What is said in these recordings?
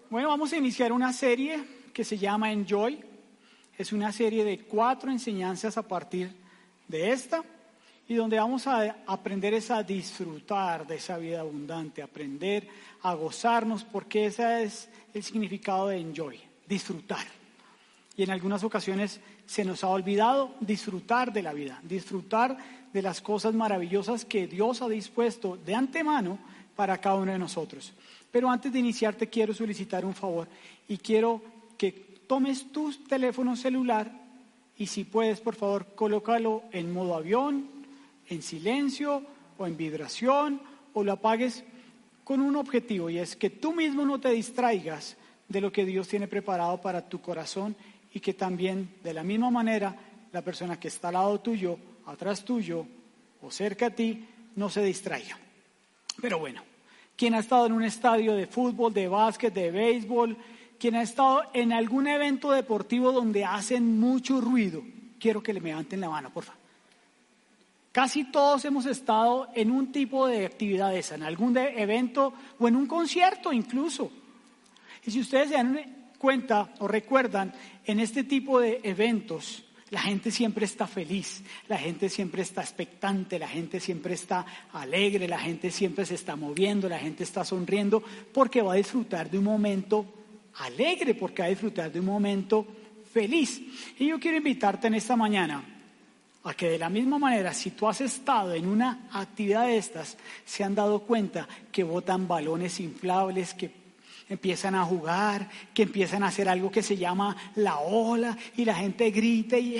Bueno, vamos a iniciar una serie que se llama Enjoy. Es una serie de 4 enseñanzas a partir de esta y donde vamos a aprender a disfrutar de esa vida abundante, aprender a gozarnos, porque ese es el significado de Enjoy, disfrutar. Y en algunas ocasiones se nos ha olvidado disfrutar de la vida, disfrutar de las cosas maravillosas que Dios ha dispuesto de antemano para cada uno de nosotros. Pero antes de iniciar te quiero solicitar un favor y quiero que tomes tu teléfono celular y si puedes, por favor, colócalo en modo avión, en silencio o en vibración o lo apagues con un objetivo y es que tú mismo no te distraigas de lo que Dios tiene preparado para tu corazón y que también de la misma manera la persona que está al lado tuyo, atrás tuyo o cerca a ti no se distraiga. Pero bueno, quien ha estado en un estadio de fútbol, de básquet, de béisbol, quien ha estado en algún evento deportivo donde hacen mucho ruido, quiero que le levanten la mano, por favor. Casi todos hemos estado en un tipo de actividad esa, en algún evento o en un concierto incluso. Y si ustedes se dan cuenta o recuerdan, en este tipo de eventos, la gente siempre está feliz, la gente siempre está expectante, la gente siempre está alegre, la gente siempre se está moviendo, la gente está sonriendo porque va a disfrutar de un momento alegre, porque va a disfrutar de un momento feliz. Y yo quiero invitarte en esta mañana a que de la misma manera, si tú has estado en una actividad de estas, se han dado cuenta que botan balones inflables, que empiezan a jugar, que empiezan a hacer algo que se llama la ola y la gente grita y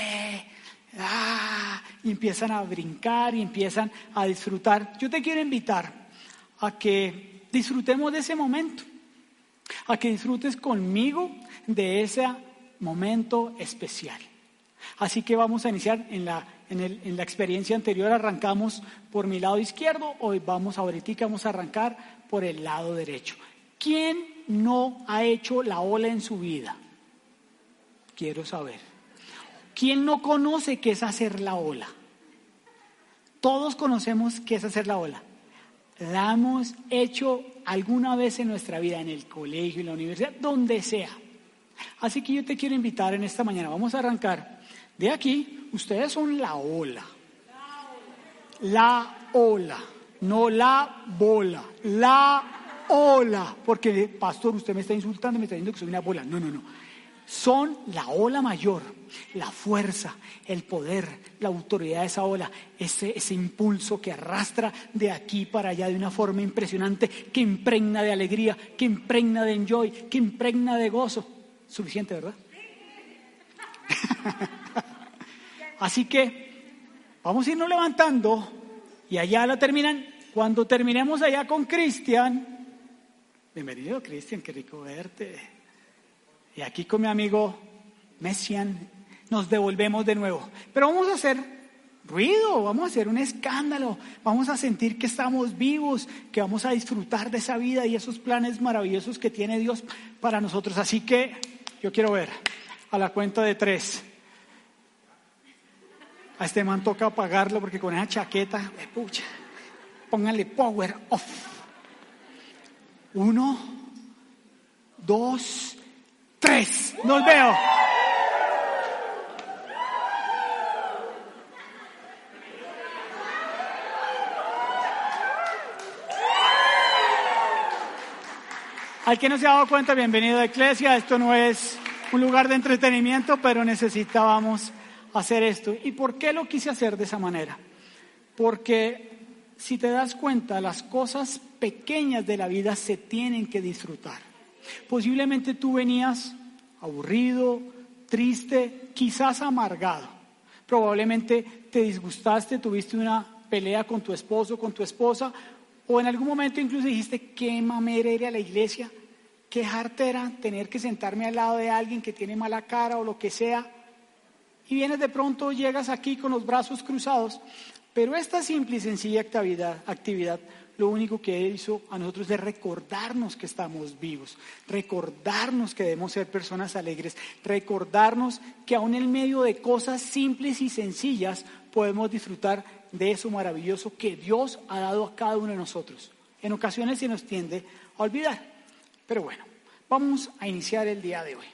empiezan a brincar y empiezan a disfrutar. Yo te quiero invitar a que disfrutemos de ese momento, a que disfrutes conmigo de ese momento especial. Así que vamos a iniciar en la experiencia anterior, arrancamos por mi lado izquierdo, hoy vamos a arrancar por el lado derecho. ¿Quién no ha hecho la ola en su vida? Quiero saber. ¿Quién no conoce qué es hacer la ola? Todos conocemos qué es hacer la ola. La hemos hecho alguna vez en nuestra vida, en el colegio, en la universidad, donde sea. Así que yo te quiero invitar en esta mañana. Vamos a arrancar de aquí. Ustedes son la ola. La ola, no la bola. La ola, porque pastor, usted me está insultando, me está diciendo que soy una bola. No. Son la ola mayor, la fuerza, el poder, la autoridad de esa ola, ese impulso que arrastra de aquí para allá de una forma impresionante, que impregna de alegría, que impregna de enjoy, que impregna de gozo. Suficiente, ¿verdad? Así que vamos a irnos levantando y allá la terminan. Cuando terminemos allá con Cristian, bienvenido Cristian, qué rico verte. Y aquí con mi amigo Messian nos devolvemos de nuevo. Pero vamos a hacer ruido, vamos a hacer un escándalo, vamos a sentir que estamos vivos, que vamos a disfrutar de esa vida y esos planes maravillosos que tiene Dios para nosotros. Así que yo quiero ver a la cuenta de 3. A este man toca apagarlo porque con esa chaqueta, pucha, pónganle power off. 1, 2, 3. Nos veo. Al que no se ha dado cuenta, bienvenido a Iglesia. Esto no es un lugar de entretenimiento, pero necesitábamos hacer esto. ¿Y por qué lo quise hacer de esa manera? Porque si te das cuenta, las cosas pequeñas de la vida se tienen que disfrutar. Posiblemente tú venías aburrido, triste, quizás amargado. Probablemente te disgustaste, tuviste una pelea con tu esposo, con tu esposa, o en algún momento incluso dijiste, qué mamera ir a la iglesia, qué jartera tener que sentarme al lado de alguien que tiene mala cara o lo que sea. Y vienes de pronto, llegas aquí con los brazos cruzados, pero esta simple y sencilla actividad lo único que hizo a nosotros es recordarnos que estamos vivos, recordarnos que debemos ser personas alegres, recordarnos que aún en medio de cosas simples y sencillas podemos disfrutar de eso maravilloso que Dios ha dado a cada uno de nosotros. En ocasiones se nos tiende a olvidar, pero bueno, Vamos a iniciar el día de hoy.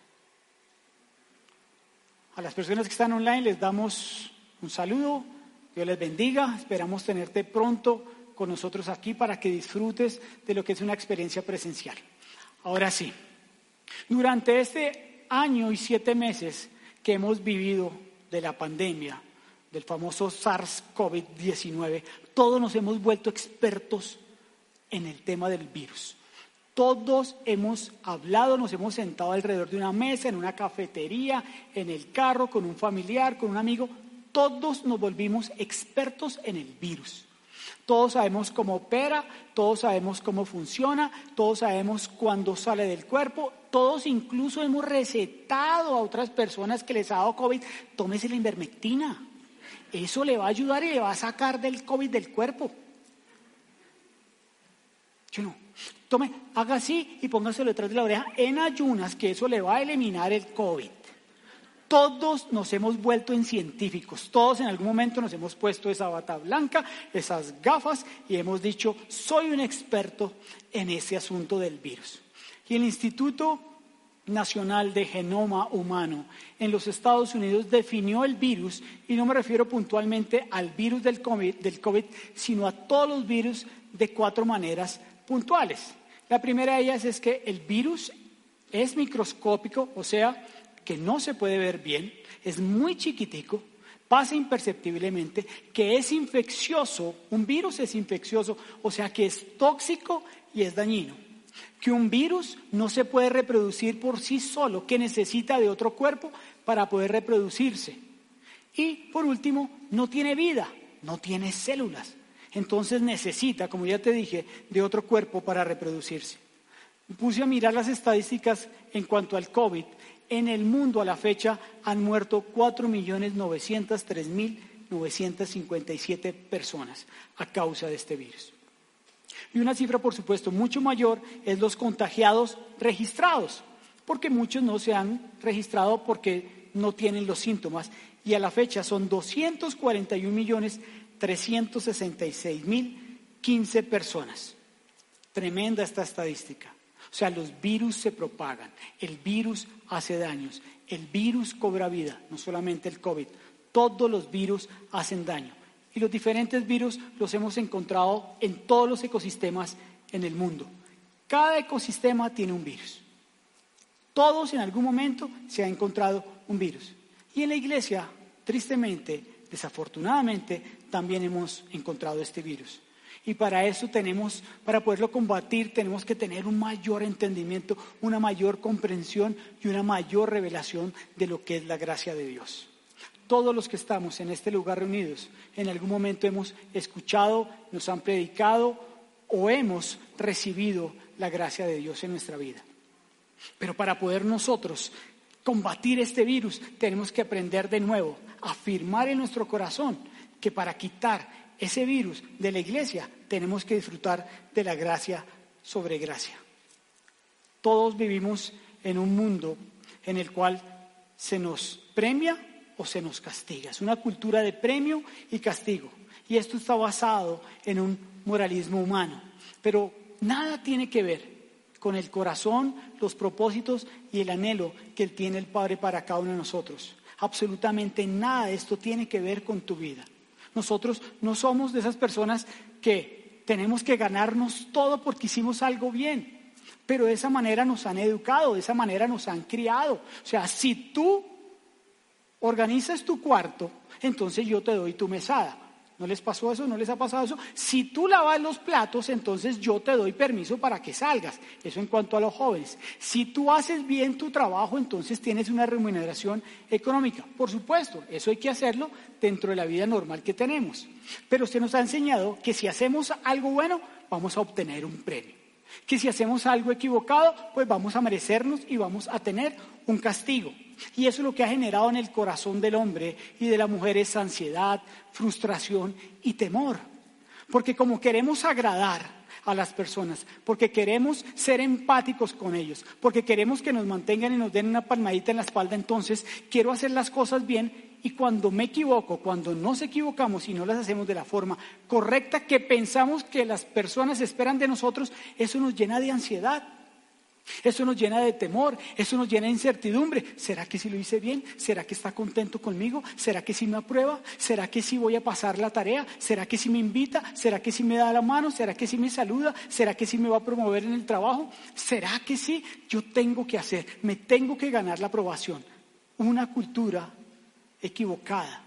A las personas que están online les damos un saludo, Dios les bendiga, esperamos tenerte pronto con nosotros aquí para que disfrutes de lo que es una experiencia presencial. Ahora sí, durante este año y 7 meses que hemos vivido de la pandemia, del famoso SARS-CoV-19, todos nos hemos vuelto expertos en el tema del virus. Todos hemos hablado, nos hemos sentado alrededor de una mesa, en una cafetería, en el carro, con un familiar, con un amigo. Todos nos volvimos expertos en el virus. Todos sabemos cómo opera, todos sabemos cómo funciona, todos sabemos cuándo sale del cuerpo. Todos incluso hemos recetado a otras personas que les ha dado COVID, tómese la ivermectina. Eso le va a ayudar y le va a sacar del COVID del cuerpo. Yo no. Tome, haga así y póngaselo detrás de la oreja en ayunas, que eso le va a eliminar el COVID. Todos nos hemos vuelto en científicos, todos en algún momento nos hemos puesto esa bata blanca, esas gafas y hemos dicho, soy un experto en ese asunto del virus. Y el Instituto Nacional de Genoma Humano en los Estados Unidos definió el virus, y no me refiero puntualmente al virus del COVID, sino a todos los virus de 4 maneras puntuales. La primera de ellas es que el virus es microscópico, o sea, que no se puede ver bien, es muy chiquitico, pasa imperceptiblemente, que es infeccioso, un virus es infeccioso, o sea que es tóxico y es dañino. Que un virus no se puede reproducir por sí solo, que necesita de otro cuerpo para poder reproducirse. Y por último, no tiene vida, no tiene células. Entonces necesita, como ya te dije, de otro cuerpo para reproducirse. Me puse a mirar las estadísticas en cuanto al COVID. En el mundo a la fecha han muerto 4.903.957 personas a causa de este virus. Y una cifra, por supuesto, mucho mayor es los contagiados registrados, porque muchos no se han registrado porque no tienen los síntomas. Y a la fecha son 241.366.015 personas. Tremenda esta estadística. O sea, los virus se propagan, el virus hace daños, el virus cobra vida, no solamente el COVID. Todos los virus hacen daño. Y los diferentes virus los hemos encontrado en todos los ecosistemas en el mundo. Cada ecosistema tiene un virus. Todos en algún momento se ha encontrado un virus. Y en la iglesia, tristemente, desafortunadamente, también hemos encontrado este virus. Y para eso para poderlo combatir, tenemos que tener un mayor entendimiento, una mayor comprensión y una mayor revelación de lo que es la gracia de Dios. Todos los que estamos en este lugar reunidos, en algún momento hemos escuchado, nos han predicado o hemos recibido la gracia de Dios en nuestra vida. Pero para poder nosotros combatir este virus, tenemos que aprender de nuevo, afirmar en nuestro corazón que para quitar ese virus de la iglesia tenemos que disfrutar de la gracia sobre gracia. Todos vivimos en un mundo en el cual se nos premia o se nos castiga. Es una cultura de premio y castigo. Y esto está basado en un moralismo humano. Pero nada tiene que ver con el corazón, los propósitos y el anhelo que tiene el Padre para cada uno de nosotros. Absolutamente nada de esto tiene que ver con tu vida. Nosotros no somos de esas personas que tenemos que ganarnos todo porque hicimos algo bien. Pero de esa manera nos han educado, de esa manera nos han criado. O sea, si tú organizas tu cuarto, entonces yo te doy tu mesada. ¿No les pasó eso? ¿No les ha pasado eso? Si tú lavas los platos, entonces yo te doy permiso para que salgas. Eso en cuanto a los jóvenes. Si tú haces bien tu trabajo, entonces tienes una remuneración económica. Por supuesto, eso hay que hacerlo dentro de la vida normal que tenemos. Pero usted nos ha enseñado que si hacemos algo bueno, vamos a obtener un premio. Que si hacemos algo equivocado, pues vamos a merecernos y vamos a tener un castigo. Y eso es lo que ha generado en el corazón del hombre y de la mujer es ansiedad, frustración y temor. Porque como queremos agradar a las personas, porque queremos ser empáticos con ellos, porque queremos que nos mantengan y nos den una palmadita en la espalda, entonces quiero hacer las cosas bien. Y cuando me equivoco, cuando nos equivocamos y no las hacemos de la forma correcta que pensamos que las personas esperan de nosotros, eso nos llena de ansiedad. Eso nos llena de temor, eso nos llena de incertidumbre. ¿Será que sí lo hice bien? ¿Será que está contento conmigo? ¿Será que sí me aprueba? ¿Será que sí voy a pasar la tarea? ¿Será que sí me invita? ¿Será que sí me da la mano? ¿Será que sí me saluda? ¿Será que sí me va a promover en el trabajo? ¿Será que sí? Yo tengo que hacer, me tengo que ganar la aprobación. Una cultura equivocada.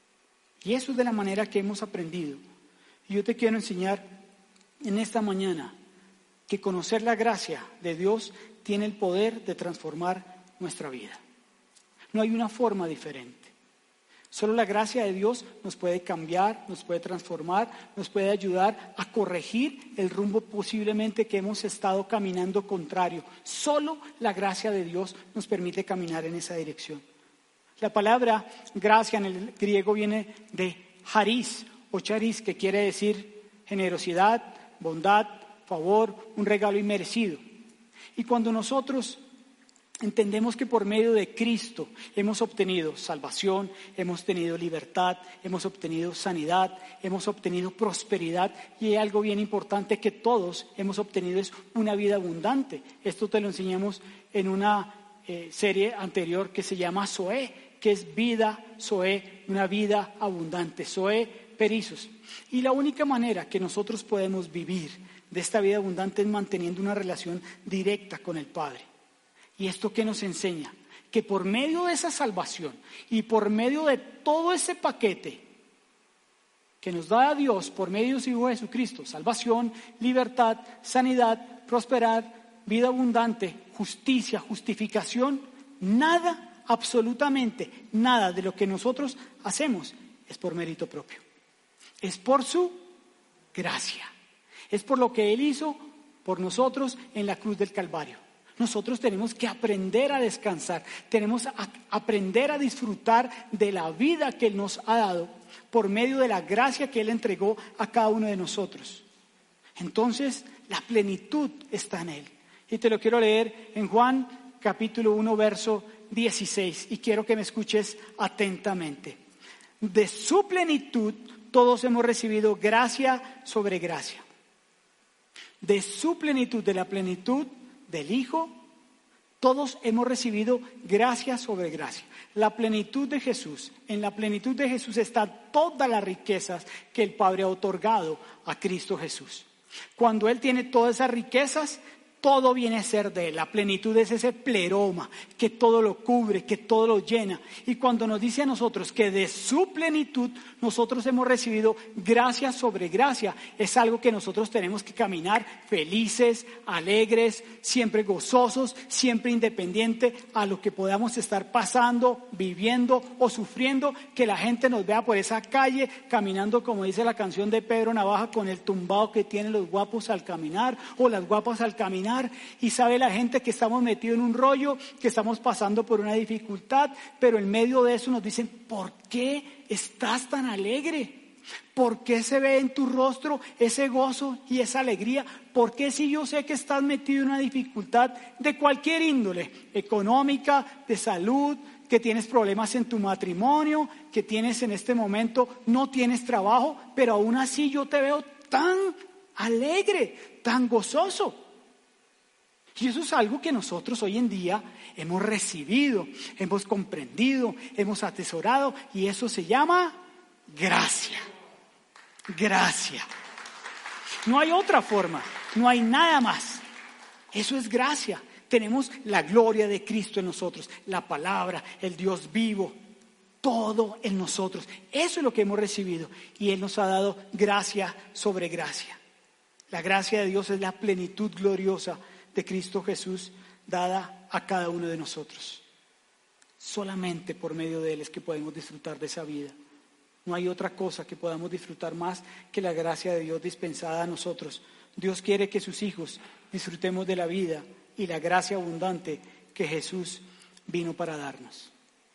Y eso es de la manera que hemos aprendido. Y yo te quiero enseñar en esta mañana que conocer la gracia de Dios tiene el poder de transformar nuestra vida. No hay una forma diferente. Solo la gracia de Dios nos puede cambiar, nos puede transformar, nos puede ayudar a corregir el rumbo posiblemente que hemos estado caminando contrario. Solo la gracia de Dios nos permite caminar en esa dirección. La palabra gracia en el griego viene de charis o charis, que quiere decir generosidad, bondad, favor, un regalo inmerecido. Y cuando nosotros entendemos que por medio de Cristo hemos obtenido salvación, hemos tenido libertad, hemos obtenido sanidad, hemos obtenido prosperidad, y hay algo bien importante que todos hemos obtenido, es una vida abundante. Esto te lo enseñamos en una serie anterior que se llama Zoe, que es vida, Zoe, una vida abundante, Zoe perizos. Y la única manera que nosotros podemos vivir de esta vida abundante es manteniendo una relación directa con el Padre. ¿Y esto qué nos enseña? Que por medio de esa salvación y por medio de todo ese paquete que nos da Dios por medio de su Hijo Jesucristo, salvación, libertad, sanidad, prosperidad, vida abundante, justicia, justificación, nada, absolutamente nada de lo que nosotros hacemos es por mérito propio. Es por su gracia. Es por lo que Él hizo por nosotros en la cruz del Calvario. Nosotros tenemos que aprender a descansar, tenemos que aprender a disfrutar de la vida que Él nos ha dado por medio de la gracia que Él entregó a cada uno de nosotros. Entonces, la plenitud está en Él. Y te lo quiero leer en Juan capítulo 1, verso 16, y quiero que me escuches atentamente. De su plenitud todos hemos recibido gracia sobre gracia. De su plenitud, de la plenitud del Hijo, todos hemos recibido gracia sobre gracia. La plenitud de Jesús, en la plenitud de Jesús están todas las riquezas que el Padre ha otorgado a Cristo Jesús. Cuando Él tiene todas esas riquezas, todo viene a ser de Él. La plenitud es ese pleroma que todo lo cubre, que todo lo llena. Y cuando nos dice a nosotros que de su plenitud nosotros hemos recibido gracia sobre gracia, es algo que nosotros tenemos que caminar felices, alegres, siempre gozosos, siempre independiente a lo que podamos estar pasando, viviendo o sufriendo, que la gente nos vea por esa calle caminando, como dice la canción de Pedro Navaja, con el tumbado que tienen los guapos al caminar o las guapas al caminar. Y sabe la gente que estamos metidos en un rollo, que estamos pasando por una dificultad, pero en medio de eso nos dicen: ¿por qué estás tan alegre? ¿Por qué se ve en tu rostro ese gozo y esa alegría? ¿Por qué, si yo sé que estás metido en una dificultad de cualquier índole, económica, de salud, que tienes problemas en tu matrimonio, que tienes en este momento, no tienes trabajo, pero aún así yo te veo tan alegre, tan gozoso? Y eso es algo que nosotros hoy en día hemos recibido, hemos comprendido, hemos atesorado, y eso se llama gracia. Gracia. No hay otra forma, no hay nada más. Eso es gracia. Tenemos la gloria de Cristo en nosotros, la palabra, el Dios vivo, todo en nosotros. Eso es lo que hemos recibido, y Él nos ha dado gracia sobre gracia. La gracia de Dios es la plenitud gloriosa de Cristo Jesús dada a cada uno de nosotros. Solamente por medio de Él es que podemos disfrutar de esa vida. No hay otra cosa que podamos disfrutar más que la gracia de Dios dispensada a nosotros. Dios quiere que sus hijos disfrutemos de la vida y la gracia abundante que Jesús vino para darnos.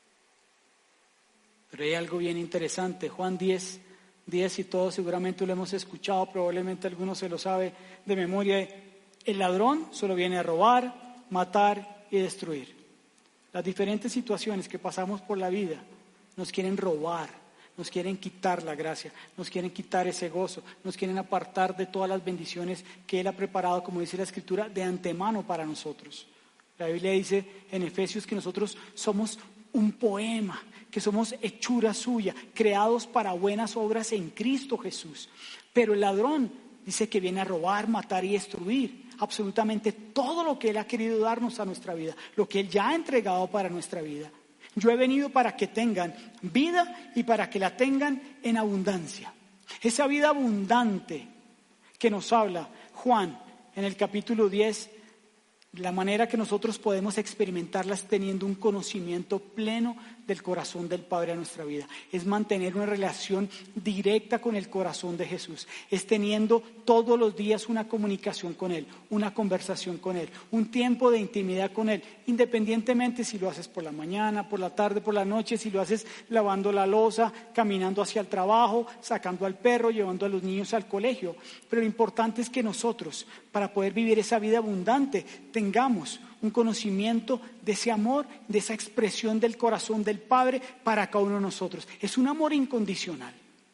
Pero hay algo bien interesante. Juan 10, y todos seguramente lo hemos escuchado, probablemente algunos se lo sabe de memoria. El ladrón solo viene a robar, matar y destruir. Las diferentes situaciones que pasamos por la vida nos quieren robar, nos quieren quitar la gracia, nos quieren quitar ese gozo, nos quieren apartar de todas las bendiciones que Él ha preparado, como dice la Escritura, de antemano para nosotros. La Biblia dice en Efesios que nosotros somos un poema, que somos hechura suya, creados para buenas obras en Cristo Jesús. Pero el ladrón dice que viene a robar, matar y destruir absolutamente todo lo que Él ha querido darnos a nuestra vida, lo que Él ya ha entregado para nuestra vida. Yo he venido para que tengan vida y para que la tengan en abundancia. Esa vida abundante que nos habla Juan en el capítulo 10, la manera que nosotros podemos experimentarla es teniendo un conocimiento pleno del corazón del Padre a nuestra vida. Es mantener una relación directa con el corazón de Jesús. Es teniendo todos los días una comunicación con Él, una conversación con Él, un tiempo de intimidad con Él, independientemente si lo haces por la mañana, por la tarde, por la noche, si lo haces lavando la loza, caminando hacia el trabajo, sacando al perro, llevando a los niños al colegio. Pero lo importante es que nosotros, para poder vivir esa vida abundante, tengamos un conocimiento de ese amor, de esa expresión del corazón del Padre para cada uno de nosotros. Es un amor incondicional.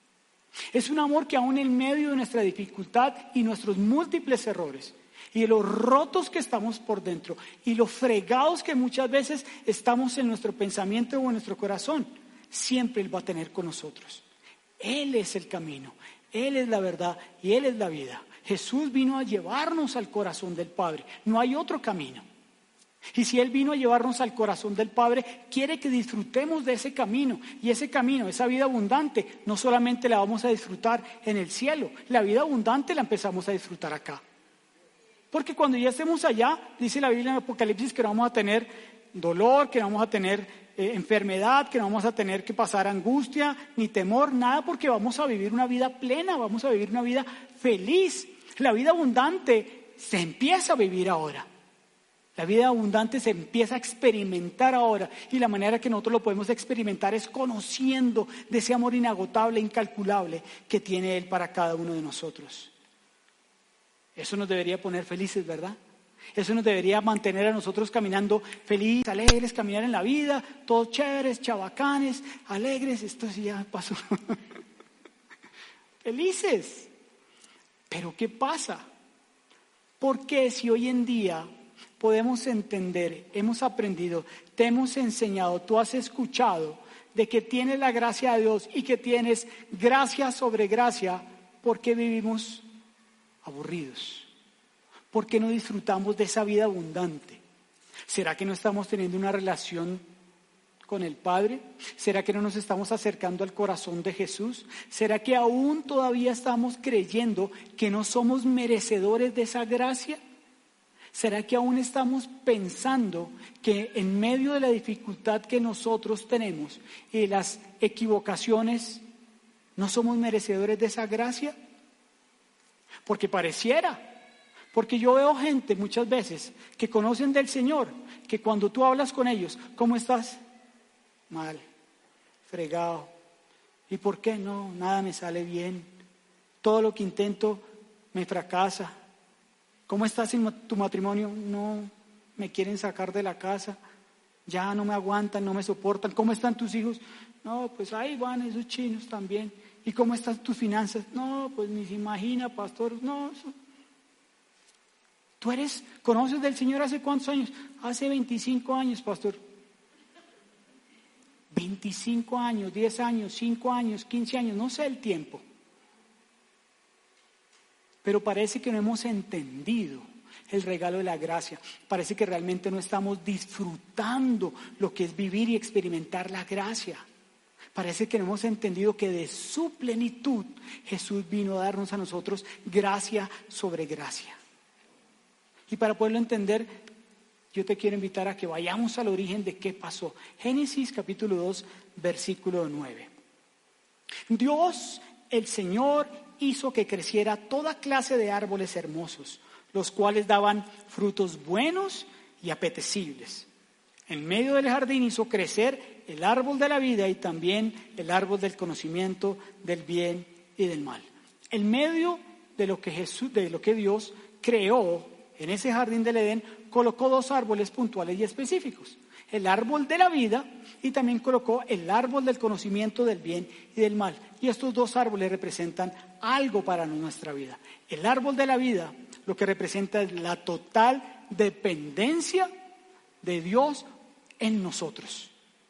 Es un amor que aún en medio de nuestra dificultad y nuestros múltiples errores y de los rotos que estamos por dentro y los fregados que muchas veces estamos en nuestro pensamiento o en nuestro corazón, siempre Él va a tener con nosotros. Él es el camino, Él es la verdad y Él es la vida. Jesús vino a llevarnos al corazón del Padre, no hay otro camino. Y si Él vino a llevarnos al corazón del Padre, quiere que disfrutemos de ese camino. Y ese camino, esa vida abundante, no solamente la vamos a disfrutar en el cielo, la vida abundante la empezamos a disfrutar acá. Porque cuando ya estemos allá, dice la Biblia en Apocalipsis que no vamos a tener dolor, que no vamos a tener enfermedad, que no vamos a tener que pasar angustia ni temor, nada, porque vamos a vivir una vida plena, vamos a vivir una vida feliz. La vida abundante se empieza a vivir ahora. La vida abundante se empieza a experimentar ahora y la manera que nosotros lo podemos experimentar es conociendo de ese amor inagotable, incalculable que tiene Él para cada uno de nosotros. Eso nos debería poner felices, ¿verdad? Eso nos debería mantener a nosotros caminando felices, alegres, caminar en la vida, todos chéveres, chabacanes, alegres. Esto sí ya pasó. Felices. Pero ¿qué pasa? ¿Por qué si hoy en día podemos entender, hemos aprendido, te hemos enseñado, tú has escuchado de que tienes la gracia de Dios y que tienes gracia sobre gracia, ¿por qué vivimos aburridos? ¿Por qué no disfrutamos de esa vida abundante? ¿Será que no estamos teniendo una relación con el Padre? ¿Será que no nos estamos acercando al corazón de Jesús? ¿Será que aún todavía estamos creyendo que no somos merecedores de esa gracia? ¿Será que aún estamos pensando que en medio de la dificultad que nosotros tenemos y de las equivocaciones no somos merecedores de esa gracia? Porque pareciera. Porque yo veo gente muchas veces que conocen del Señor, que cuando tú hablas con ellos, ¿cómo estás? Mal, fregado. ¿Y por qué no? Nada me sale bien. Todo lo que intento me fracasa. ¿Cómo estás en tu matrimonio? No, me quieren sacar de la casa. Ya no me aguantan, no me soportan. ¿Cómo están tus hijos? No, pues ahí van esos chinos también. ¿Y cómo están tus finanzas? No, pues ni se imagina, pastor. No, eso. ¿Conoces del Señor hace cuántos años? Hace 25 años, pastor. 25 años, 10 años, 5 años, 15 años, no sé el tiempo. Pero parece que no hemos entendido el regalo de la gracia. Parece que realmente no estamos disfrutando lo que es vivir y experimentar la gracia. Parece que no hemos entendido que de su plenitud Jesús vino a darnos a nosotros gracia sobre gracia. Y para poderlo entender, yo te quiero invitar a que vayamos al origen de qué pasó. Génesis capítulo 2, versículo 9. Dios, el Señor, hizo que creciera toda clase de árboles hermosos, los cuales daban frutos buenos y apetecibles. En medio del jardín hizo crecer el árbol de la vida y también el árbol del conocimiento del bien y del mal. En medio de lo que Dios creó en ese jardín del Edén, colocó dos árboles puntuales y específicos. el árbol de la vida y también colocó el árbol del conocimiento del bien y del mal. Y estos dos árboles representan algo para nuestra vida. El árbol de la vida lo que representa es la total dependencia de Dios en nosotros.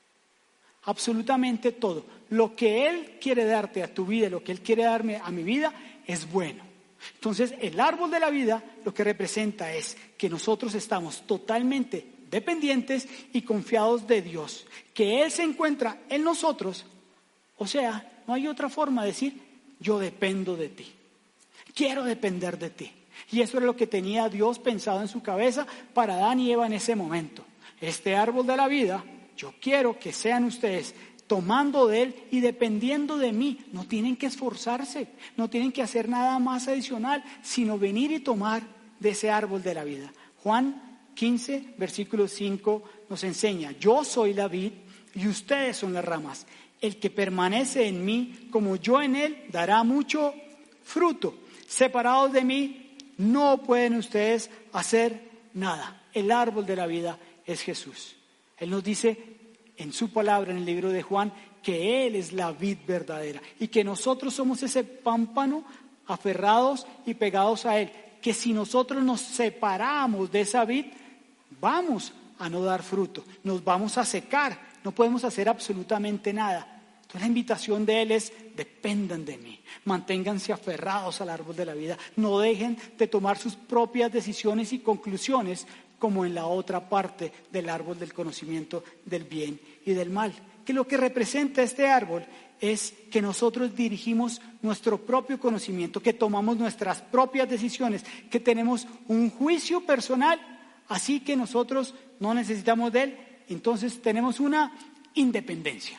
Absolutamente todo. Lo que Él quiere darte a tu vida, lo que Él quiere darme a mi vida, es bueno. Entonces, el árbol de la vida lo que representa es que nosotros estamos totalmente dependientes y confiados de Dios, que Él se encuentra en nosotros. O sea, no hay otra forma de decir, yo dependo de ti, quiero depender de ti. Y eso era lo que tenía Dios pensado en su cabeza para Adán y Eva en ese momento. Este árbol de la vida, yo quiero que sean ustedes tomando de él y dependiendo de mí. No tienen que esforzarse, no tienen que hacer nada más adicional, sino venir y tomar de ese árbol de la vida. Juan 15, versículo 5 nos enseña, yo soy la vid y ustedes son las ramas. El que permanece en mí, como yo en él, dará mucho fruto. Separados de mí, no pueden ustedes hacer nada. El árbol de la vida es Jesús. Él nos dice en su palabra en el libro de Juan que Él es la vid verdadera y que nosotros somos ese pámpano aferrados y pegados a Él, que si nosotros nos separamos de esa vid, vamos a no dar fruto, nos vamos a secar, no podemos hacer absolutamente nada. Entonces la invitación de Él es, dependan de mí, manténganse aferrados al árbol de la vida, no dejen de tomar sus propias decisiones y conclusiones como en la otra parte del árbol del conocimiento del bien y del mal. Que lo que representa este árbol es que nosotros dirigimos nuestro propio conocimiento, que tomamos nuestras propias decisiones, que tenemos un juicio personal, así que nosotros no necesitamos de él, entonces tenemos una independencia.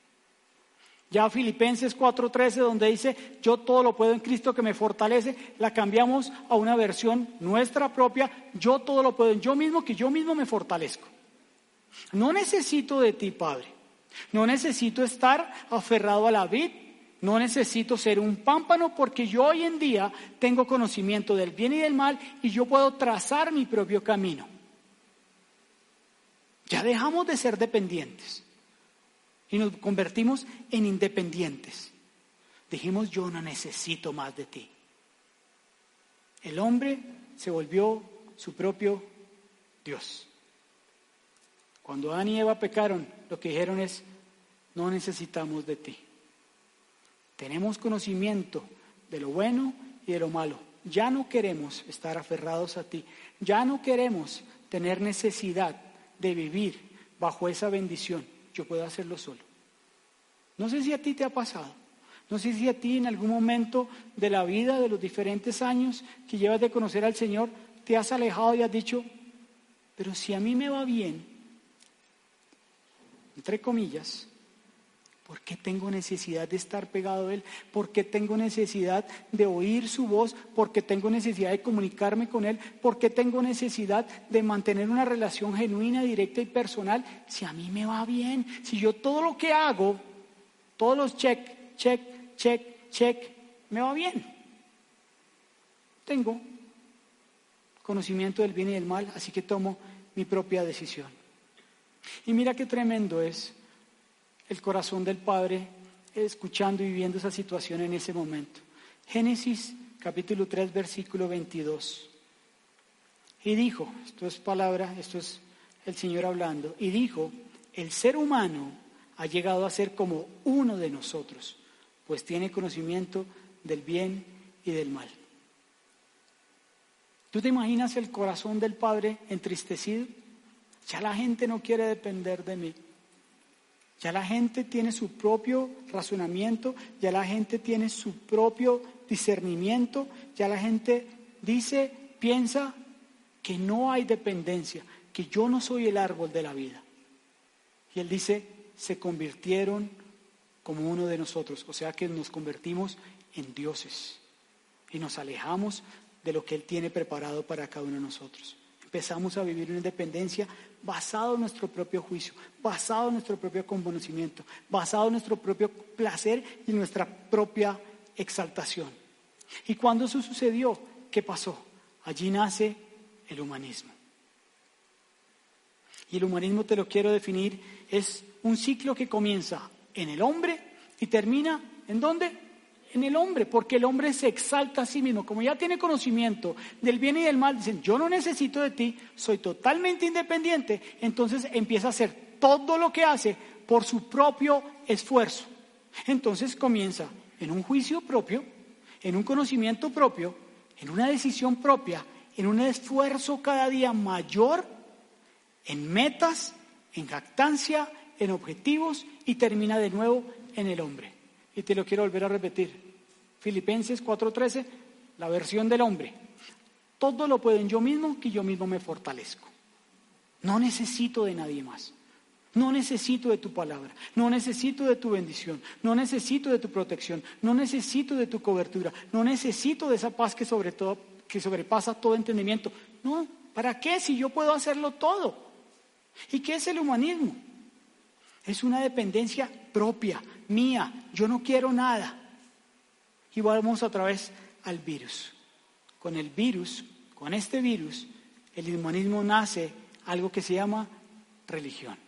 Ya Filipenses 4:13, donde dice, yo todo lo puedo en Cristo que me fortalece, la cambiamos a una versión nuestra propia, yo todo lo puedo en yo mismo, que yo mismo me fortalezco. No necesito de ti, Padre. No necesito estar aferrado a la vid, no necesito ser un pámpano, porque yo hoy en día tengo conocimiento del bien y del mal y yo puedo trazar mi propio camino. Ya dejamos de ser dependientes y nos convertimos en independientes. Dijimos, yo no necesito más de ti. El hombre se volvió su propio Dios. Cuando Adán y Eva pecaron, lo que dijeron es, no necesitamos de ti. Tenemos conocimiento de lo bueno y de lo malo. Ya no queremos estar aferrados a ti. Ya no queremos tener necesidad de vivir bajo esa bendición. Yo puedo hacerlo solo. No sé si a ti te ha pasado. No sé si a ti en algún momento de la vida, de los diferentes años que llevas de conocer al Señor, te has alejado y has dicho, pero si a mí me va bien, entre comillas, ¿por qué tengo necesidad de estar pegado a Él? ¿Por qué tengo necesidad de oír su voz? ¿Por qué tengo necesidad de comunicarme con Él? ¿Por qué tengo necesidad de mantener una relación genuina, directa y personal? Si a mí me va bien, si yo todo lo que hago, todos los check, me va bien. Tengo conocimiento del bien y del mal, así que tomo mi propia decisión. Y mira qué tremendo es el corazón del Padre escuchando y viviendo esa situación en ese momento. Génesis capítulo 3, versículo 22. Y dijo, esto es palabra, esto es el Señor hablando, y dijo, el ser humano ha llegado a ser como uno de nosotros, pues tiene conocimiento del bien y del mal. ¿Tú te imaginas el corazón del Padre entristecido? Ya la gente no quiere depender de mí. Ya la gente tiene su propio razonamiento, ya la gente tiene su propio discernimiento, ya la gente dice, piensa que no hay dependencia, que yo no soy el árbol de la vida. Y él dice, se convirtieron como uno de nosotros, o sea que nos convertimos en dioses y nos alejamos de lo que Él tiene preparado para cada uno de nosotros. Empezamos a vivir una independencia basado en nuestro propio juicio, basado en nuestro propio conocimiento, basado en nuestro propio placer y nuestra propia exaltación. Y cuando eso sucedió, ¿qué pasó? Allí nace el humanismo. Y el humanismo, te lo quiero definir, es un ciclo que comienza en el hombre y termina ¿en dónde? En el hombre, porque el hombre se exalta a sí mismo. Como ya tiene conocimiento del bien y del mal, dicen, yo no necesito de ti, soy totalmente independiente, entonces empieza a hacer todo lo que hace por su propio esfuerzo. Entonces comienza en un juicio propio, en un conocimiento propio, en una decisión propia, en un esfuerzo cada día mayor, en metas, en jactancia, en objetivos, y termina de nuevo en el hombre. Y te lo quiero volver a repetir. Filipenses 4:13, la versión del hombre. Todo lo puedo en yo mismo, que yo mismo me fortalezco. No necesito de nadie más. No necesito de tu palabra, no necesito de tu bendición, no necesito de tu protección, no necesito de tu cobertura, no necesito de esa paz que sobrepasa todo entendimiento. No, ¿para qué si yo puedo hacerlo todo? ¿Y qué es el humanismo? Es una dependencia propia, mía, yo no quiero nada. Y vamos otra vez al virus. Con el virus, con este virus, el humanismo nace algo que se llama religión.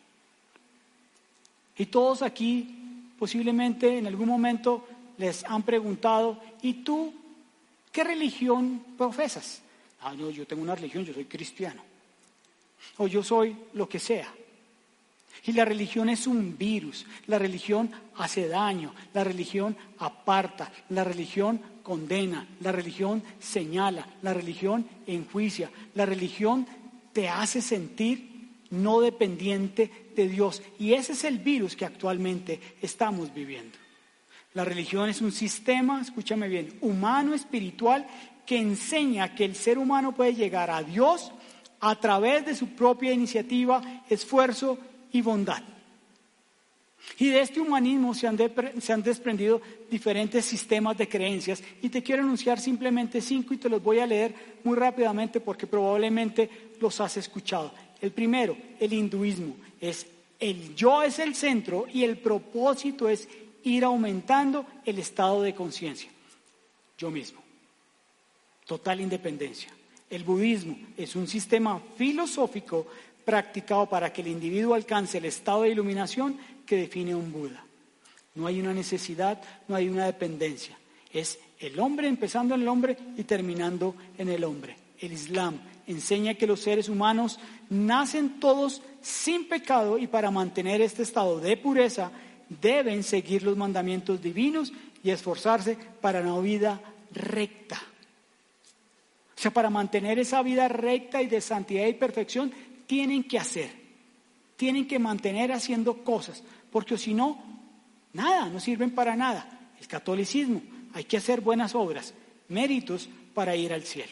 Y todos aquí posiblemente en algún momento les han preguntado, ¿y tú qué religión profesas? Ah, no, yo tengo una religión, yo soy cristiano. O yo soy lo que sea. Y la religión es un virus, la religión hace daño, la religión aparta, la religión condena, la religión señala, la religión enjuicia, la religión te hace sentir no dependiente de Dios. Y ese es el virus que actualmente estamos viviendo. La religión es un sistema, escúchame bien, humano, espiritual, que enseña que el ser humano puede llegar a Dios a través de su propia iniciativa, esfuerzo y bondad. Y de este humanismo se han desprendido diferentes sistemas de creencias, y te quiero anunciar simplemente 5 y te los voy a leer muy rápidamente porque probablemente los has escuchado. El primero, el hinduismo, es el yo es el centro y el propósito es ir aumentando el estado de conciencia. Yo mismo. Total independencia. El budismo es un sistema filosófico practicado para que el individuo alcance el estado de iluminación que define un Buda. No hay una necesidad, no hay una dependencia. Es el hombre empezando en el hombre y terminando en el hombre. El Islam enseña que los seres humanos nacen todos sin pecado y para mantener este estado de pureza deben seguir los mandamientos divinos y esforzarse para una vida recta. O sea, para mantener esa vida recta y de santidad y perfección tienen que mantener haciendo cosas, porque si no, nada, no sirven para nada. El catolicismo, hay que hacer buenas obras, méritos para ir al cielo.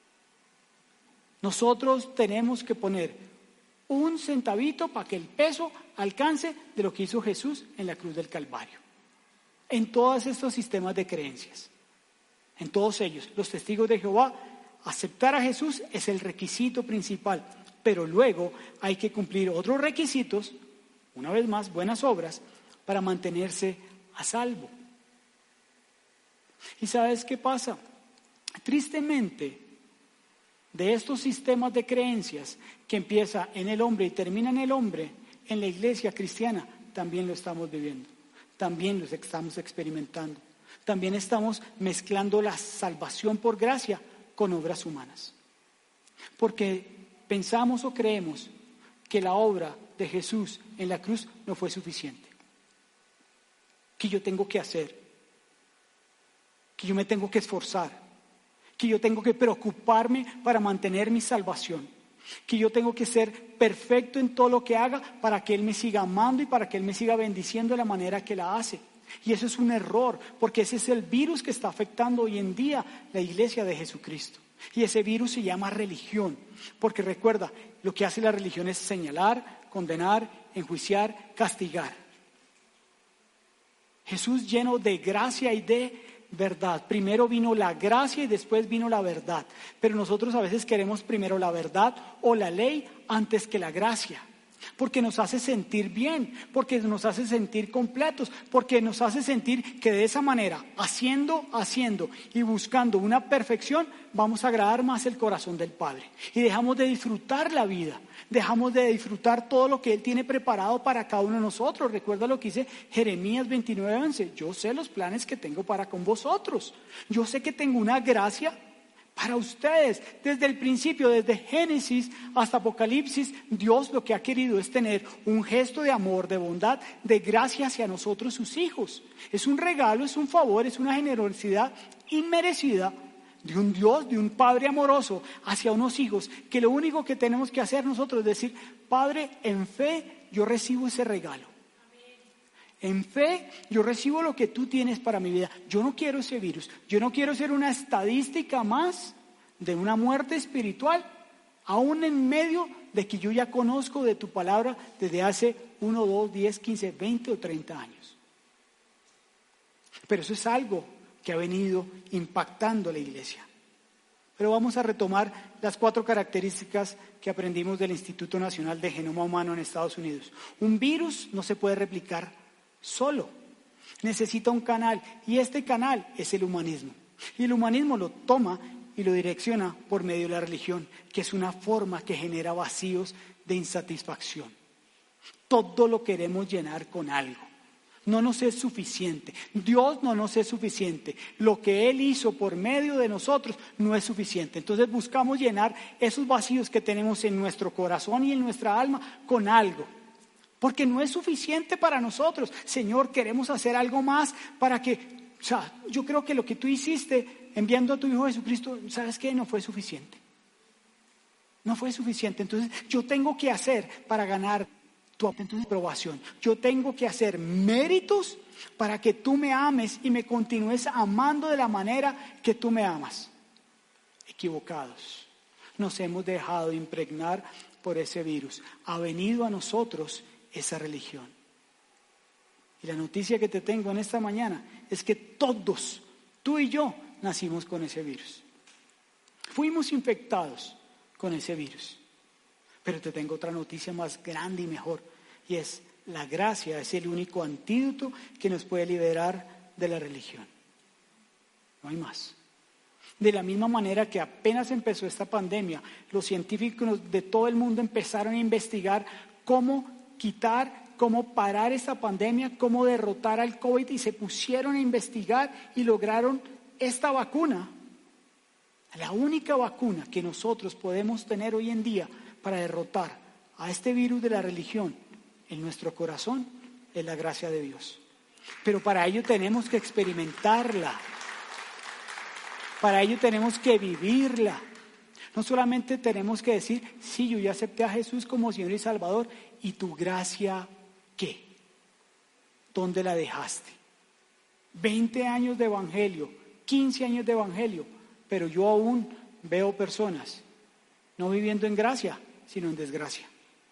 Nosotros tenemos que poner un centavito para que el peso alcance de lo que hizo Jesús en la cruz del Calvario. En todos estos sistemas de creencias, en todos ellos, los testigos de Jehová, aceptar a Jesús es el requisito principal, pero luego hay que cumplir otros requisitos, una vez más, buenas obras, para mantenerse a salvo. ¿Y sabes qué pasa? Tristemente, de estos sistemas de creencias que empieza en el hombre y termina en el hombre, en la iglesia cristiana también lo estamos viviendo, también los estamos experimentando, también estamos mezclando la salvación por gracia con obras humanas. Porque pensamos o creemos que la obra de Jesús en la cruz no fue suficiente, que yo tengo que hacer, que yo me tengo que esforzar, que yo tengo que preocuparme para mantener mi salvación, que yo tengo que ser perfecto en todo lo que haga para que Él me siga amando y para que Él me siga bendiciendo de la manera que la hace. Y eso es un error, porque ese es el virus que está afectando hoy en día la iglesia de Jesucristo. Y ese virus se llama religión, porque recuerda, lo que hace la religión es señalar, condenar, enjuiciar, castigar. Jesús lleno de gracia y de verdad. Primero vino la gracia y después vino la verdad. Pero nosotros a veces queremos primero la verdad o la ley antes que la gracia. porque nos hace sentir bien, porque nos hace sentir completos, porque nos hace sentir que de esa manera, haciendo y buscando una perfección, vamos a agradar más el corazón del Padre. Y dejamos de disfrutar la vida, dejamos de disfrutar todo lo que Él tiene preparado para cada uno de nosotros. Recuerda lo que dice Jeremías 29:11, yo sé los planes que tengo para con vosotros, yo sé que tengo una gracia para ustedes. Desde el principio, desde Génesis hasta Apocalipsis, Dios lo que ha querido es tener un gesto de amor, de bondad, de gracia hacia nosotros, sus hijos. Es un regalo, es un favor, es una generosidad inmerecida de un Dios, de un Padre amoroso hacia unos hijos, que lo único que tenemos que hacer nosotros es decir, Padre, en fe yo recibo ese regalo. En fe, yo recibo lo que tú tienes para mi vida. Yo no quiero ese virus. Yo no quiero ser una estadística más de una muerte espiritual, aún en medio de que yo ya conozco de tu palabra desde hace 1, 2, 10, 15, 20 o 30 años. Pero eso es algo que ha venido impactando a la iglesia. Pero vamos a retomar las 4 características que aprendimos del Instituto Nacional de Genoma Humano en Estados Unidos. Un virus no se puede replicar solo, necesita un canal, y este canal es el humanismo. Y el humanismo lo toma y lo direcciona por medio de la religión, que es una forma que genera vacíos de insatisfacción. Todo lo queremos llenar con algo. No nos es suficiente. Dios no nos es suficiente. Lo que Él hizo por medio de nosotros no es suficiente. Entonces buscamos llenar esos vacíos que tenemos en nuestro corazón y en nuestra alma con algo. Porque no es suficiente para nosotros. Señor, queremos hacer algo más para que, yo creo que lo que tú hiciste enviando a tu Hijo Jesucristo, ¿sabes qué? No fue suficiente. No fue suficiente. Entonces, yo tengo que hacer para ganar tu aprobación. Yo tengo que hacer méritos para que tú me ames y me continúes amando de la manera que tú me amas. Equivocados. Nos hemos dejado impregnar por ese virus. Ha venido a nosotros esa religión. Y la noticia que te tengo en esta mañana es que todos, tú y yo, nacimos con ese virus. Fuimos infectados con ese virus. Pero te tengo otra noticia más grande y mejor, y es la gracia, es el único antídoto que nos puede liberar de la religión. No hay más. De la misma manera que apenas empezó esta pandemia, los científicos de todo el mundo empezaron a investigar cómo quitar, cómo parar esta pandemia, cómo derrotar al COVID, y se pusieron a investigar y lograron esta vacuna. La única vacuna que nosotros podemos tener hoy en día para derrotar a este virus de la religión en nuestro corazón es la gracia de Dios. Pero para ello tenemos que experimentarla. Para ello tenemos que vivirla. No solamente tenemos que decir, sí, yo ya acepté a Jesús como Señor y Salvador, ¿y tu gracia qué? ¿Dónde la dejaste? 20 años de evangelio, 15 años de evangelio, pero yo aún veo personas no viviendo en gracia, sino en desgracia.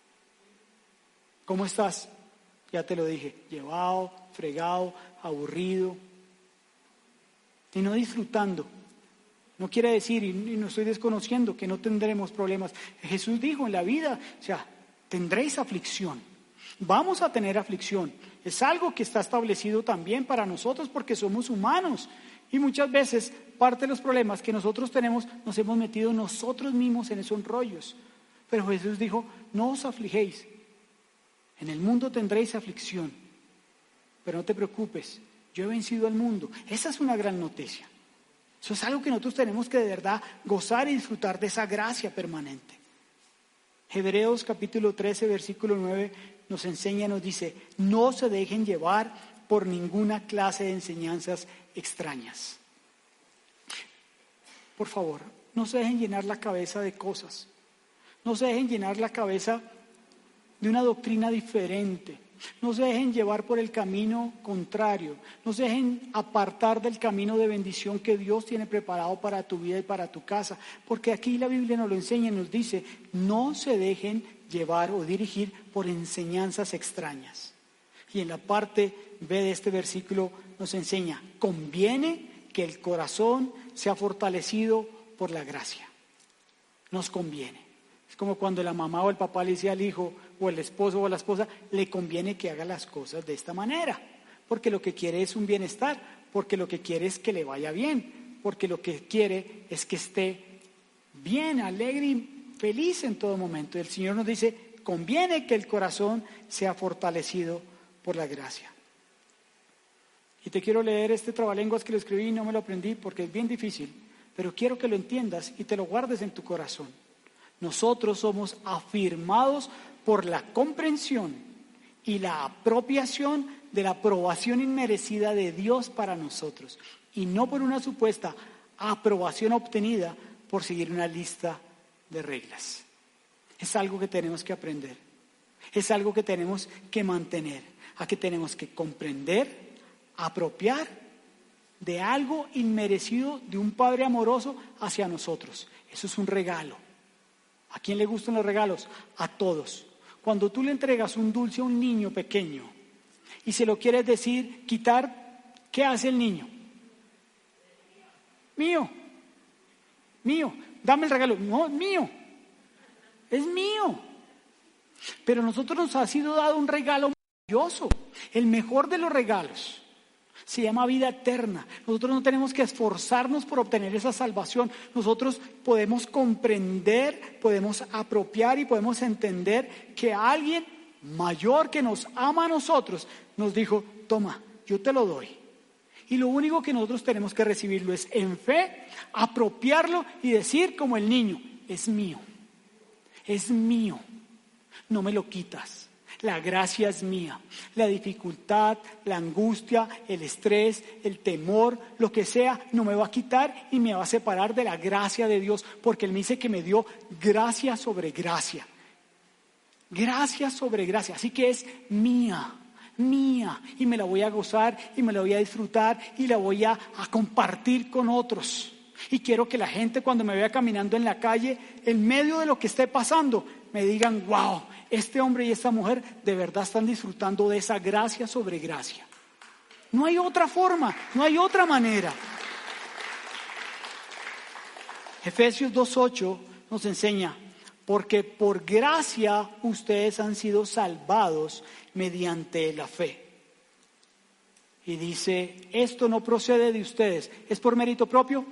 ¿Cómo estás? Ya te lo dije, llevado, fregado, aburrido y no disfrutando. No quiere decir, y no estoy desconociendo, que no tendremos problemas. Jesús dijo en la vida, tendréis aflicción. Vamos a tener aflicción. Es algo que está establecido también para nosotros porque somos humanos. Y muchas veces parte de los problemas que nosotros tenemos nos hemos metido nosotros mismos en esos rollos. Pero Jesús dijo, no os afligéis. En el mundo tendréis aflicción. Pero no te preocupes, yo he vencido al mundo. Esa es una gran noticia. Eso es algo que nosotros tenemos que de verdad gozar y disfrutar de esa gracia permanente. Hebreos capítulo 13, versículo 9 nos enseña, nos dice, no se dejen llevar por ninguna clase de enseñanzas extrañas. Por favor, no se dejen llenar la cabeza de cosas. No se dejen llenar la cabeza de una doctrina diferente. No se dejen llevar por el camino contrario. No se dejen apartar del camino de bendición que Dios tiene preparado para tu vida y para tu casa. Porque aquí la Biblia nos lo enseña y nos dice, no se dejen llevar o dirigir por enseñanzas extrañas. Y en la parte B de este versículo nos enseña, conviene que el corazón sea fortalecido por la gracia. Nos conviene. Es como cuando la mamá o el papá le dice al hijo, o el esposo o la esposa, le conviene que haga las cosas de esta manera, porque lo que quiere es un bienestar, porque lo que quiere es que le vaya bien, porque lo que quiere es que esté bien, alegre y feliz en todo momento. Y el Señor nos dice, conviene que el corazón sea fortalecido por la gracia. Y te quiero leer este trabalenguas que lo escribí y no me lo aprendí porque es bien difícil, pero quiero que lo entiendas y te lo guardes en tu corazón. Nosotros somos afirmados por la comprensión y la apropiación de la aprobación inmerecida de Dios para nosotros, y no por una supuesta aprobación obtenida por seguir una lista de reglas. Es algo que tenemos que aprender, es algo que tenemos que mantener, a que tenemos que comprender, apropiar de algo inmerecido de un Padre amoroso hacia nosotros. Eso es un regalo. ¿A quién le gustan los regalos? A todos. Cuando tú le entregas un dulce a un niño pequeño y se lo quieres decir, quitar, ¿qué hace el niño? Mío, dame el regalo. No, mío, es mío. Pero a nosotros nos ha sido dado un regalo maravilloso, el mejor de los regalos. Se llama vida eterna. Nosotros no tenemos que esforzarnos por obtener esa salvación. Nosotros podemos comprender, podemos apropiar y podemos entender que alguien mayor que nos ama a nosotros nos dijo, toma, yo te lo doy. Y lo único que nosotros tenemos que recibirlo es en fe, apropiarlo y decir como el niño, es mío, no me lo quitas. La gracia es mía. La dificultad, la angustia, el estrés, el temor, lo que sea, no me va a quitar y me va a separar de la gracia de Dios, porque Él me dice que me dio gracia sobre gracia. Gracia sobre gracia. Así que es mía, y me la voy a gozar y me la voy a disfrutar y la voy a compartir con otros. Y quiero que la gente cuando me vea caminando en la calle, en medio de lo que esté pasando, me digan, wow, este hombre y esta mujer de verdad están disfrutando de esa gracia sobre gracia. No hay otra forma, no hay otra manera. Efesios 2:8 nos enseña, porque por gracia ustedes han sido salvados mediante la fe. Y dice, esto no procede de ustedes, ¿es por mérito propio?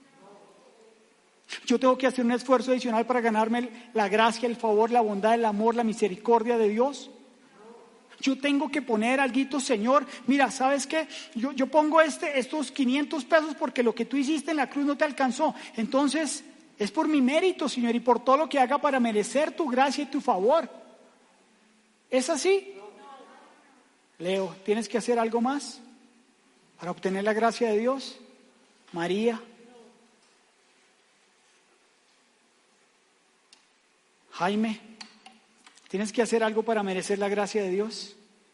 Yo tengo que hacer un esfuerzo adicional para ganarme la gracia, el favor, la bondad, el amor, la misericordia de Dios. Yo tengo que poner alguito, Señor, mira, ¿sabes qué? Yo pongo estos 500 pesos porque lo que tú hiciste en la cruz no te alcanzó. Entonces, es por mi mérito, Señor, y por todo lo que haga para merecer tu gracia y tu favor. ¿Es así? Leo, ¿tienes que hacer algo más para obtener la gracia de Dios? María. Jaime, ¿tienes que hacer algo para merecer la gracia de Dios?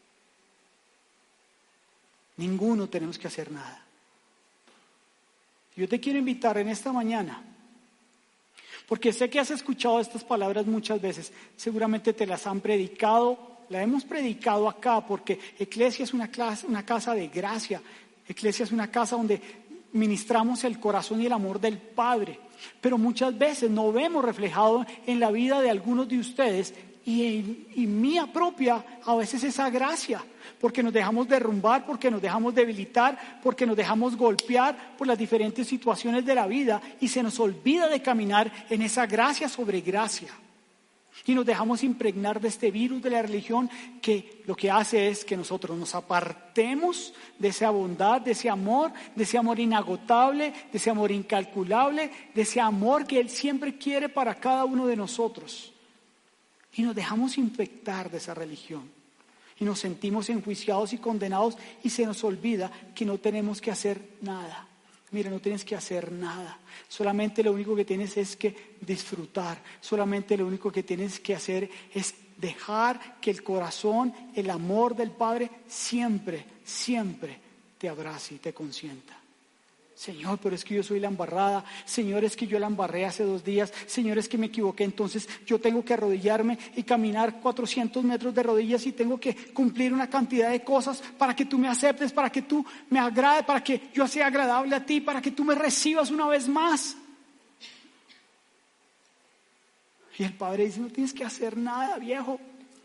Ninguno tenemos que hacer nada. Yo te quiero invitar en esta mañana, porque sé que has escuchado estas palabras muchas veces, seguramente te las han predicado, la hemos predicado acá, porque Iglesia es una casa de gracia, Iglesia es una casa donde ministramos el corazón y el amor del Padre, pero muchas veces no vemos reflejado en la vida de algunos de ustedes y mía propia a veces esa gracia, porque nos dejamos derrumbar, porque nos dejamos debilitar, porque nos dejamos golpear por las diferentes situaciones de la vida y se nos olvida de caminar en esa gracia sobre gracia. Y nos dejamos impregnar de este virus de la religión que lo que hace es que nosotros nos apartemos de esa bondad, de ese amor inagotable, de ese amor incalculable, de ese amor que Él siempre quiere para cada uno de nosotros. Y nos dejamos infectar de esa religión. Y nos sentimos enjuiciados y condenados y se nos olvida que no tenemos que hacer nada. Mira, no tienes que hacer nada. Solamente lo único que tienes es que disfrutar. Solamente lo único que tienes que hacer es dejar que el corazón, el amor del Padre siempre te abrace y te consienta. Señor, pero es que yo soy la embarrada. Señor, es que yo la embarré hace 2 días. Señor, es que me equivoqué. Entonces yo tengo que arrodillarme y caminar 400 metros de rodillas y tengo que cumplir una cantidad de cosas para que tú me aceptes, para que tú me agrades, para que yo sea agradable a ti, para que tú me recibas una vez más. Y el Padre dice, no tienes que hacer nada, viejo.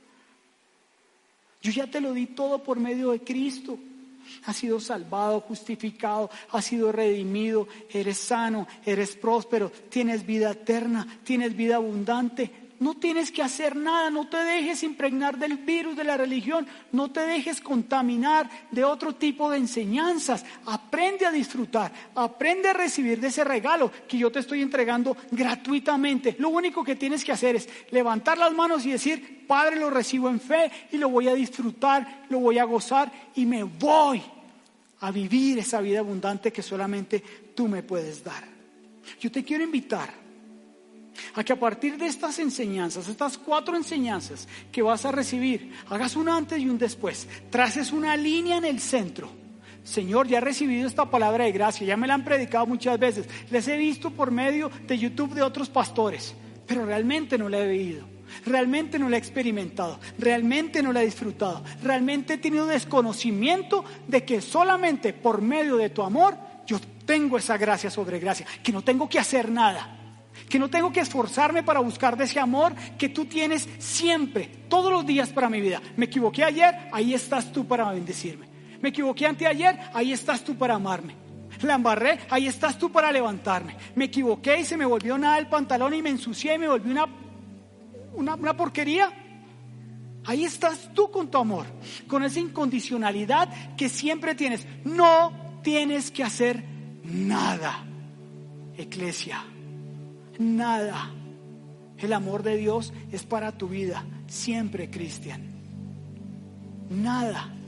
Yo ya te lo di todo por medio de Cristo. Has sido salvado, justificado, has sido redimido, eres sano, eres próspero, tienes vida eterna, tienes vida abundante. No tienes que hacer nada, no te dejes impregnar del virus de la religión, no te dejes contaminar de otro tipo de enseñanzas. Aprende a disfrutar, aprende a recibir de ese regalo que yo te estoy entregando gratuitamente. Lo único que tienes que hacer es levantar las manos y decir, Padre, lo recibo en fe y lo voy a disfrutar, lo voy a gozar y me voy a vivir esa vida abundante que solamente tú me puedes dar. Yo te quiero invitar a que a partir de estas enseñanzas, estas 4 enseñanzas que vas a recibir, hagas un antes y un después, traces una línea en el centro. Señor, ya he recibido esta palabra de gracia, ya me la han predicado muchas veces, les he visto por medio de YouTube de otros pastores, pero realmente no la he vivido, realmente no la he experimentado, realmente no la he disfrutado, realmente he tenido desconocimiento de que solamente por medio de tu amor yo tengo esa gracia sobre gracia, que no tengo que hacer nada, que no tengo que esforzarme para buscar de ese amor que tú tienes siempre, todos los días para mi vida. Me equivoqué ayer, ahí estás tú para bendecirme. Me equivoqué anteayer, ahí estás tú para amarme. La embarré, ahí estás tú para levantarme. Me equivoqué y se me volvió nada el pantalón y me ensucié y me volví una porquería. Ahí estás tú con tu amor, con esa incondicionalidad que siempre tienes. No tienes que hacer nada, iglesia. Nada. El amor de Dios es para tu vida siempre, Cristian. Nada.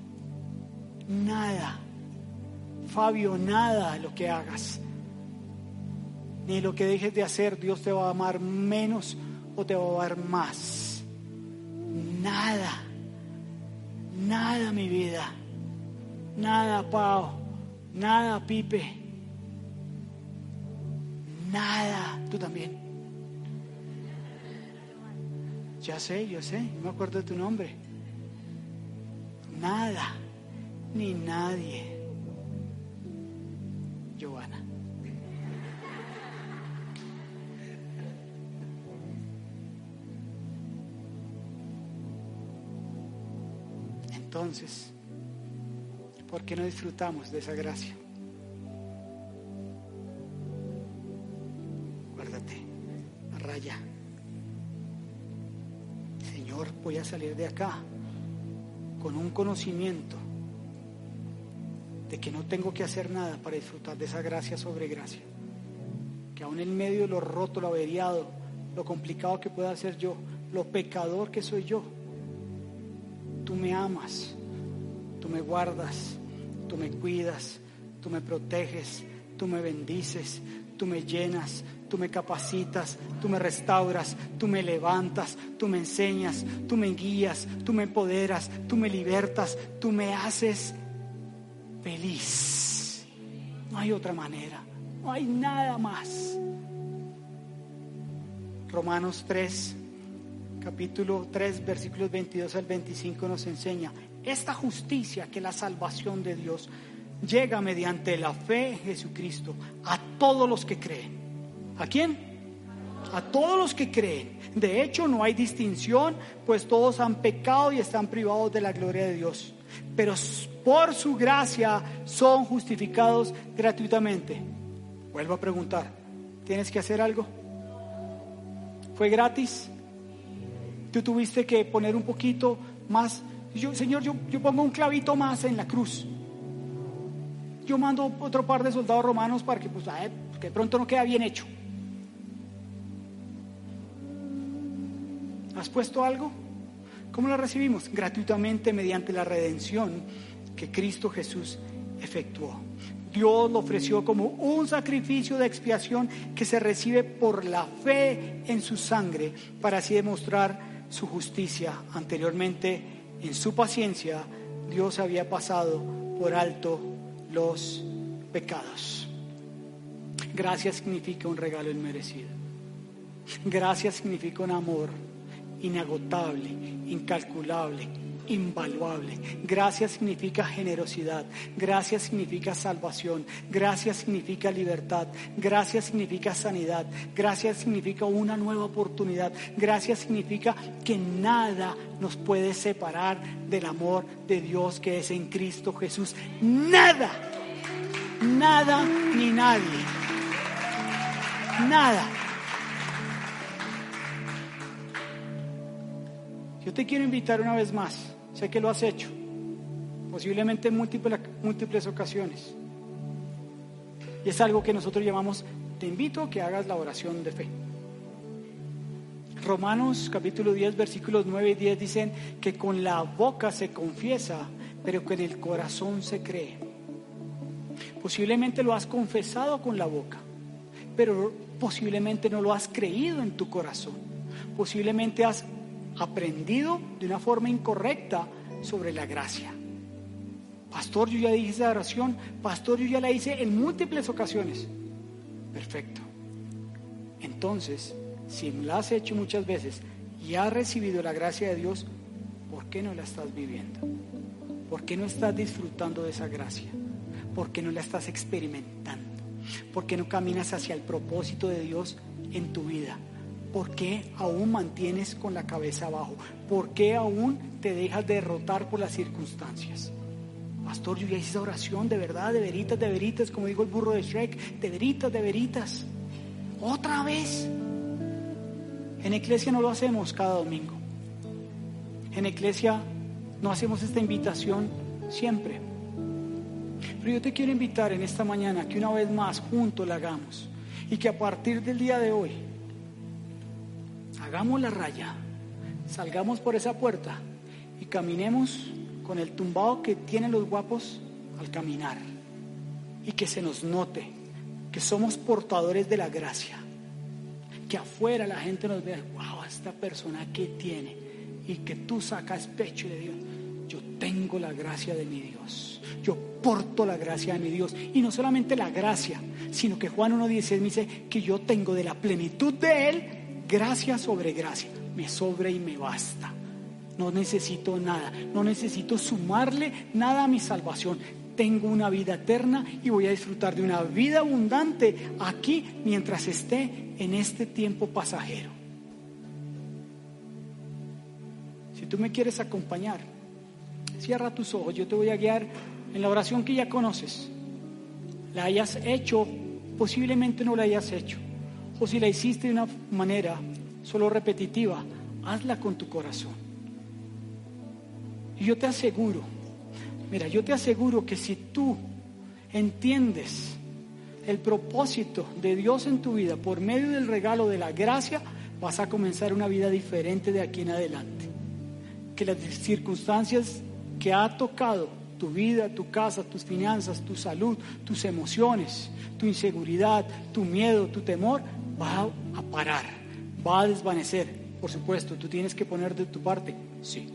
Nada. Fabio, nada de lo que hagas, ni lo que dejes de hacer, Dios te va a amar menos o te va a amar más. Nada. Nada, mi vida. Nada, Pau. Nada, Pipe. Nada, tú también. Ya sé, yo sé, no me acuerdo de tu nombre. Nada, ni nadie. Giovanna. Entonces, ¿por qué no disfrutamos de esa gracia? Raya. Señor, voy a salir de acá con un conocimiento de que no tengo que hacer nada para disfrutar de esa gracia sobre gracia, que aún en medio de lo roto, lo averiado, lo complicado que pueda ser yo, lo pecador que soy yo, tú me amas, tú me guardas, tú me cuidas, tú me proteges, tú me bendices, tú me llenas, tú me capacitas, tú me restauras, tú me levantas, tú me enseñas, tú me guías, tú me empoderas, tú me libertas, tú me haces feliz. No hay otra manera, no hay nada más. Romanos 3, capítulo 3, versículos 22 al 25 nos enseña esta justicia, que es la salvación de Dios llega mediante la fe en Jesucristo a todos los que creen. ¿A quién? A todos los que creen. De hecho, no hay distinción, pues todos han pecado y están privados de la gloria de Dios. Pero por su gracia son justificados gratuitamente. Vuelvo a preguntar, ¿tienes que hacer algo? ¿Fue gratis? ¿Tú tuviste que poner un poquito más? Señor, yo pongo un clavito más en la cruz. Yo mando otro par de soldados romanos para que, que de pronto no queda bien hecho. ¿Has puesto algo? ¿Cómo lo recibimos? Gratuitamente mediante la redención que Cristo Jesús efectuó. Dios lo ofreció como un sacrificio de expiación que se recibe por la fe en su sangre, para así demostrar su justicia. Anteriormente, en su paciencia, Dios había pasado por alto los pecados. Gracia significa un regalo inmerecido. Gracia significa un amor inagotable, incalculable, invaluable. Gracia significa generosidad. Gracia significa salvación. Gracia significa libertad. Gracia significa sanidad. Gracia significa una nueva oportunidad. Gracia significa que nada nos puede separar del amor de Dios que es en Cristo Jesús. Nada, nada ni nadie. Nada. Yo te quiero invitar una vez más. Sé que lo has hecho, posiblemente en múltiples ocasiones. Y es algo que nosotros llamamos, te invito a que hagas la oración de fe. Romanos capítulo 10, versículos 9 y 10 dicen que con la boca se confiesa, pero que en el corazón se cree. Posiblemente lo has confesado con la boca, pero posiblemente no lo has creído en tu corazón. Posiblemente has aprendido de una forma incorrecta sobre la gracia. Pastor, yo ya dije esa oración. Pastor, yo ya la hice en múltiples ocasiones. Perfecto. Entonces, si la has hecho muchas veces y has recibido la gracia de Dios, ¿por qué no la estás viviendo? ¿Por qué no estás disfrutando de esa gracia? ¿Por qué no la estás experimentando? ¿Por qué no caminas hacia el propósito de Dios en tu vida? ¿Por qué aún mantienes con la cabeza abajo? ¿Por qué aún te dejas derrotar por las circunstancias? Pastor, yo ya hice esa oración, de verdad, de veritas, como dijo el burro de Shrek, de veritas. ¿Otra vez? En Iglesia no lo hacemos cada domingo. En Iglesia no hacemos esta invitación siempre. Pero yo te quiero invitar en esta mañana que una vez más juntos la hagamos. Y que a partir del día de hoy hagamos la raya, salgamos por esa puerta y caminemos con el tumbado que tienen los guapos al caminar, y que se nos note que somos portadores de la gracia, que afuera la gente nos vea, wow, esta persona que tiene, y que tú sacas pecho de Dios. Yo tengo la gracia de mi Dios, yo porto la gracia de mi Dios, y no solamente la gracia, sino que Juan 1:16 me dice que yo tengo de la plenitud de Él gracia sobre gracia, me sobra y me basta. No necesito nada, no necesito sumarle nada a mi salvación. Tengo una vida eterna y voy a disfrutar de una vida abundante aquí mientras esté en este tiempo pasajero. Si tú me quieres acompañar, cierra tus ojos, yo te voy a guiar en la oración que ya conoces. La hayas hecho, posiblemente no la hayas hecho, o si la hiciste de una manera solo repetitiva, hazla con tu corazón. Y yo te aseguro, que si tú entiendes el propósito de Dios en tu vida por medio del regalo de la gracia, vas a comenzar una vida diferente de aquí en adelante. Que las circunstancias que ha tocado tu vida, tu casa, tus finanzas, tu salud, tus emociones, tu inseguridad, tu miedo, tu temor, va a parar, va a desvanecer. Por supuesto, tú tienes que poner de tu parte, sí.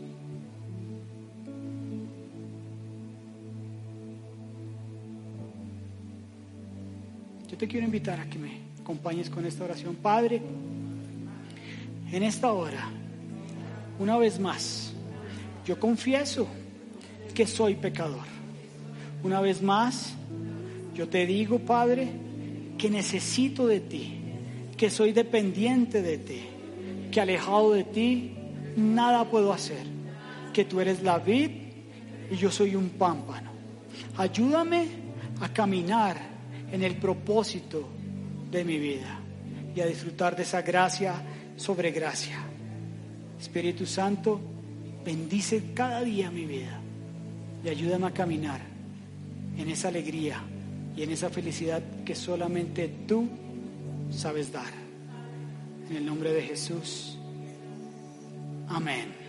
Yo te quiero invitar a que me acompañes con esta oración. Padre, en esta hora, una vez más, yo confieso que soy pecador. Una vez más, yo te digo, Padre, que necesito de ti, que soy dependiente de ti, que alejado de ti nada puedo hacer, que tú eres la vid y yo soy un pámpano. Ayúdame a caminar en el propósito de mi vida y a disfrutar de esa gracia sobre gracia. Espíritu Santo, bendice cada día mi vida y ayúdame a caminar en esa alegría y en esa felicidad que solamente tú sabes dar. En el nombre de Jesús. Amén.